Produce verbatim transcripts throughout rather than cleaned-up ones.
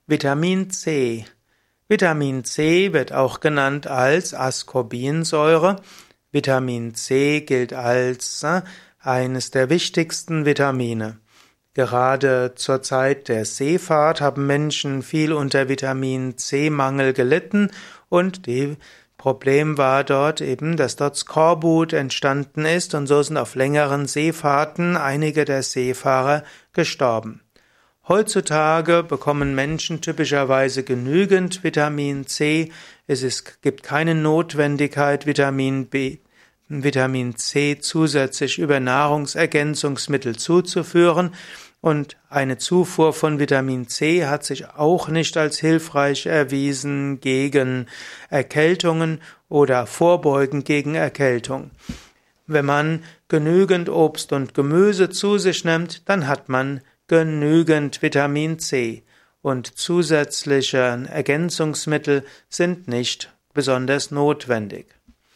Vitamin C. Vitamin C wird auch genannt als Ascorbinsäure. Vitamin C gilt als äh, eines der wichtigsten Vitamine. Gerade zur Zeit der Seefahrt haben Menschen viel unter Vitamin C-Mangel gelitten und die Problem war dort eben, dass dort Skorbut entstanden ist und so sind auf längeren Seefahrten einige der Seefahrer gestorben. Heutzutage bekommen Menschen typischerweise genügend Vitamin C. Es ist, gibt keine Notwendigkeit, Vitamin B, Vitamin C zusätzlich über Nahrungsergänzungsmittel zuzuführen. Und eine Zufuhr von Vitamin C hat sich auch nicht als hilfreich erwiesen gegen Erkältungen oder vorbeugend gegen Erkältung. Wenn man genügend Obst und Gemüse zu sich nimmt, dann hat man genügend Vitamin C. Und zusätzliche Ergänzungsmittel sind nicht besonders notwendig.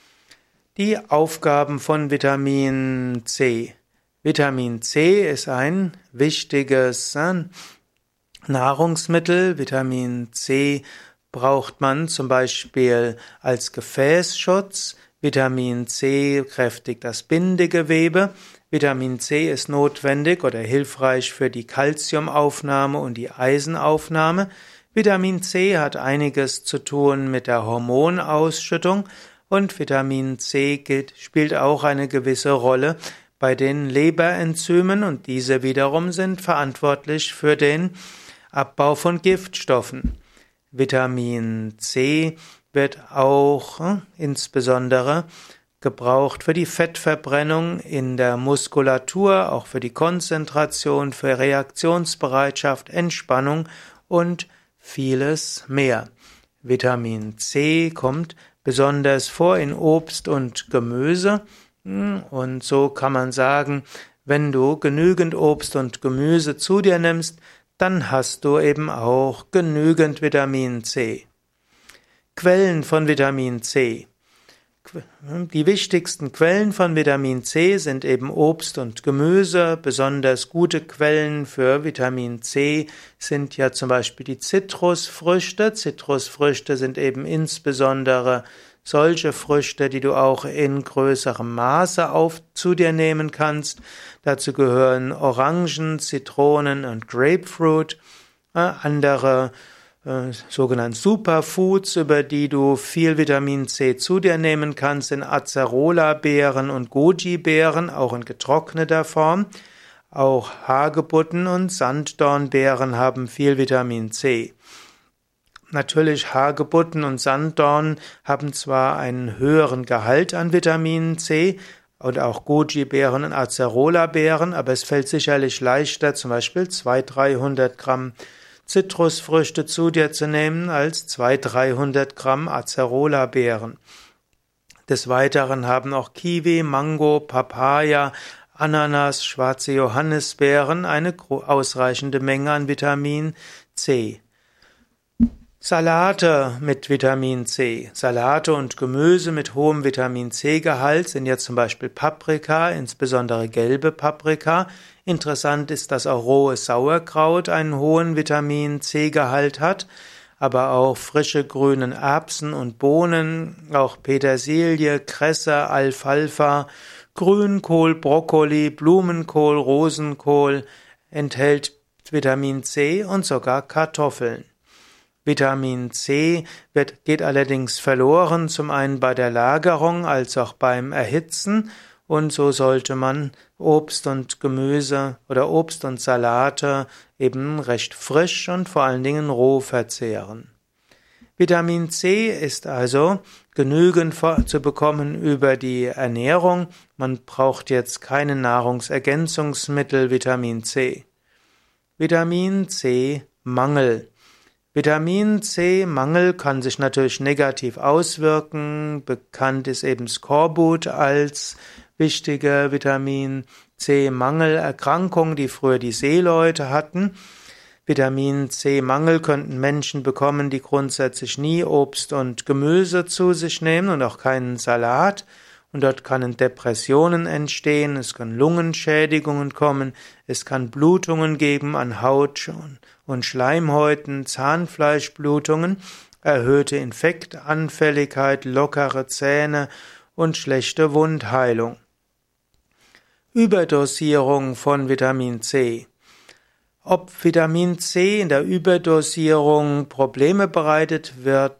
Die Aufgaben von Vitamin C. Vitamin C ist ein wichtiges äh, Nahrungsmittel. Vitamin C braucht man zum Beispiel als Gefäßschutz. Vitamin C kräftigt das Bindegewebe. Vitamin C ist notwendig oder hilfreich für die Calciumaufnahme und die Eisenaufnahme. Vitamin C hat einiges zu tun mit der Hormonausschüttung und Vitamin C gilt, spielt auch eine gewisse Rolle bei den Leberenzymen und diese wiederum sind verantwortlich für den Abbau von Giftstoffen. Vitamin C wird auch äh, insbesondere gebraucht für die Fettverbrennung in der Muskulatur, auch für die Konzentration, für Reaktionsbereitschaft, Entspannung und vieles mehr. Vitamin C kommt besonders vor in Obst und Gemüse. Und so kann man sagen, wenn du genügend Obst und Gemüse zu dir nimmst, dann hast du eben auch genügend Vitamin C. Quellen von Vitamin C. Die wichtigsten Quellen von Vitamin C sind eben Obst und Gemüse. Besonders gute Quellen für Vitamin C sind ja zum Beispiel die Zitrusfrüchte. Zitrusfrüchte sind eben insbesondere solche Früchte, die du auch in größerem Maße auf zu dir nehmen kannst. Dazu gehören Orangen, Zitronen und Grapefruit. Äh, andere äh, sogenannte Superfoods, über die du viel Vitamin C zu dir nehmen kannst, sind Acerola-Beeren und Goji-Beeren, auch in getrockneter Form. Auch Hagebutten und Sanddornbeeren haben viel Vitamin C. Natürlich, Hagebutten und Sanddorn haben zwar einen höheren Gehalt an Vitamin C und auch Goji-Beeren und Acerola-Beeren, aber es fällt sicherlich leichter, zum Beispiel zweihundert, dreihundert Gramm Zitrusfrüchte zu dir zu nehmen, als zweihundert, dreihundert Gramm Acerola-Beeren. Des Weiteren haben auch Kiwi, Mango, Papaya, Ananas, schwarze Johannisbeeren eine ausreichende Menge an Vitamin C. Salate mit Vitamin C. Salate und Gemüse mit hohem Vitamin C-Gehalt sind jetzt zum Beispiel Paprika, insbesondere gelbe Paprika. Interessant ist, dass auch rohes Sauerkraut einen hohen Vitamin C-Gehalt hat, aber auch frische grüne Erbsen und Bohnen, auch Petersilie, Kresse, Alfalfa, Grünkohl, Brokkoli, Blumenkohl, Rosenkohl enthält Vitamin C und sogar Kartoffeln. Vitamin C wird, geht allerdings verloren, zum einen bei der Lagerung als auch beim Erhitzen, und so sollte man Obst und Gemüse oder Obst und Salate eben recht frisch und vor allen Dingen roh verzehren. Vitamin C ist also genügend zu bekommen über die Ernährung. Man braucht jetzt keine Nahrungsergänzungsmittel Vitamin C. Vitamin C-Mangel. Vitamin C-Mangel kann sich natürlich negativ auswirken. Bekannt ist eben Skorbut als wichtige Vitamin C-Mangelerkrankung, die früher die Seeleute hatten. Vitamin C-Mangel könnten Menschen bekommen, die grundsätzlich nie Obst und Gemüse zu sich nehmen und auch keinen Salat. und dort können Depressionen entstehen, es können Lungenschädigungen kommen, es kann Blutungen geben an Haut und Schleimhäuten, Zahnfleischblutungen, erhöhte Infektanfälligkeit, lockere Zähne und schlechte Wundheilung. Überdosierung von Vitamin C. Ob Vitamin C in der Überdosierung Probleme bereitet, wird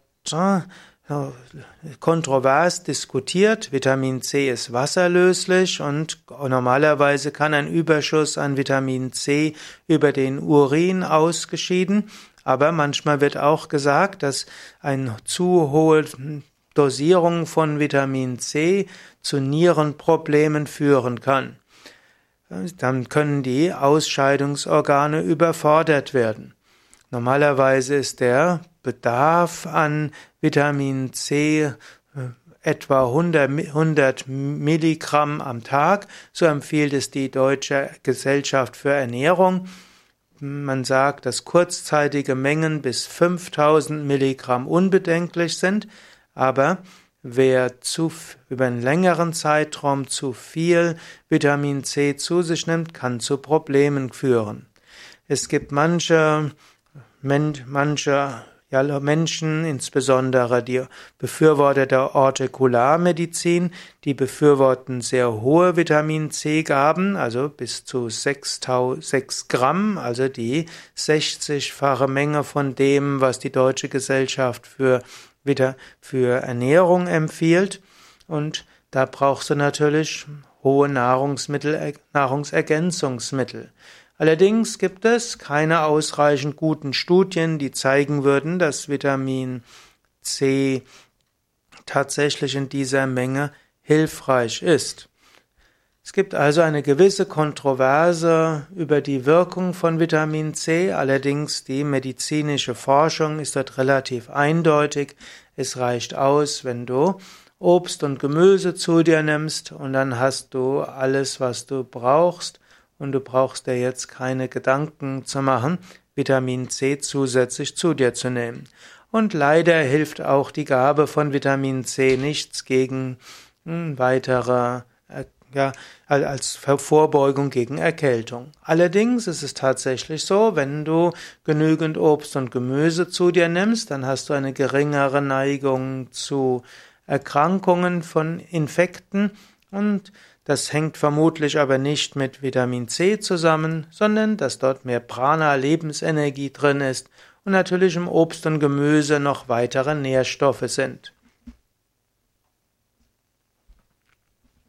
kontrovers diskutiert. Vitamin C ist wasserlöslich und normalerweise kann ein Überschuss an Vitamin C über den Urin ausgeschieden. Aber manchmal wird auch gesagt, dass eine zu hohe Dosierung von Vitamin C zu Nierenproblemen führen kann. Dann können die Ausscheidungsorgane überfordert werden. Normalerweise ist der Bedarf an Vitamin C etwa hundert Milligramm am Tag. So empfiehlt es die Deutsche Gesellschaft für Ernährung. Man sagt, dass kurzzeitige Mengen bis fünftausend Milligramm unbedenklich sind, aber wer zu, über einen längeren Zeitraum zu viel Vitamin C zu sich nimmt, kann zu Problemen führen. Es gibt manche, manche ja, Menschen, insbesondere die Befürworter der Orthikularmedizin, die befürworten sehr hohe Vitamin C-Gaben, also bis zu sechs Gramm, also die sechzigfache Menge von dem, was die Deutsche Gesellschaft für wieder für Ernährung empfiehlt, und da brauchst du natürlich hohe Nahrungsmittel, Nahrungsergänzungsmittel. Allerdings gibt es keine ausreichend guten Studien, die zeigen würden, dass Vitamin C tatsächlich in dieser Menge hilfreich ist. Es gibt also eine gewisse Kontroverse über die Wirkung von Vitamin C, allerdings die medizinische Forschung ist dort relativ eindeutig. Es reicht aus, wenn du Obst und Gemüse zu dir nimmst, und dann hast du alles, was du brauchst, und du brauchst dir jetzt keine Gedanken zu machen, Vitamin C zusätzlich zu dir zu nehmen. Und leider hilft auch die Gabe von Vitamin C nichts gegen hm, weitere Ja, als Vorbeugung gegen Erkältung. Allerdings ist es tatsächlich so, wenn du genügend Obst und Gemüse zu dir nimmst, dann hast du eine geringere Neigung zu Erkrankungen von Infekten, und das hängt vermutlich aber nicht mit Vitamin C zusammen, sondern dass dort mehr Prana, Lebensenergie drin ist und natürlich im Obst und Gemüse noch weitere Nährstoffe sind.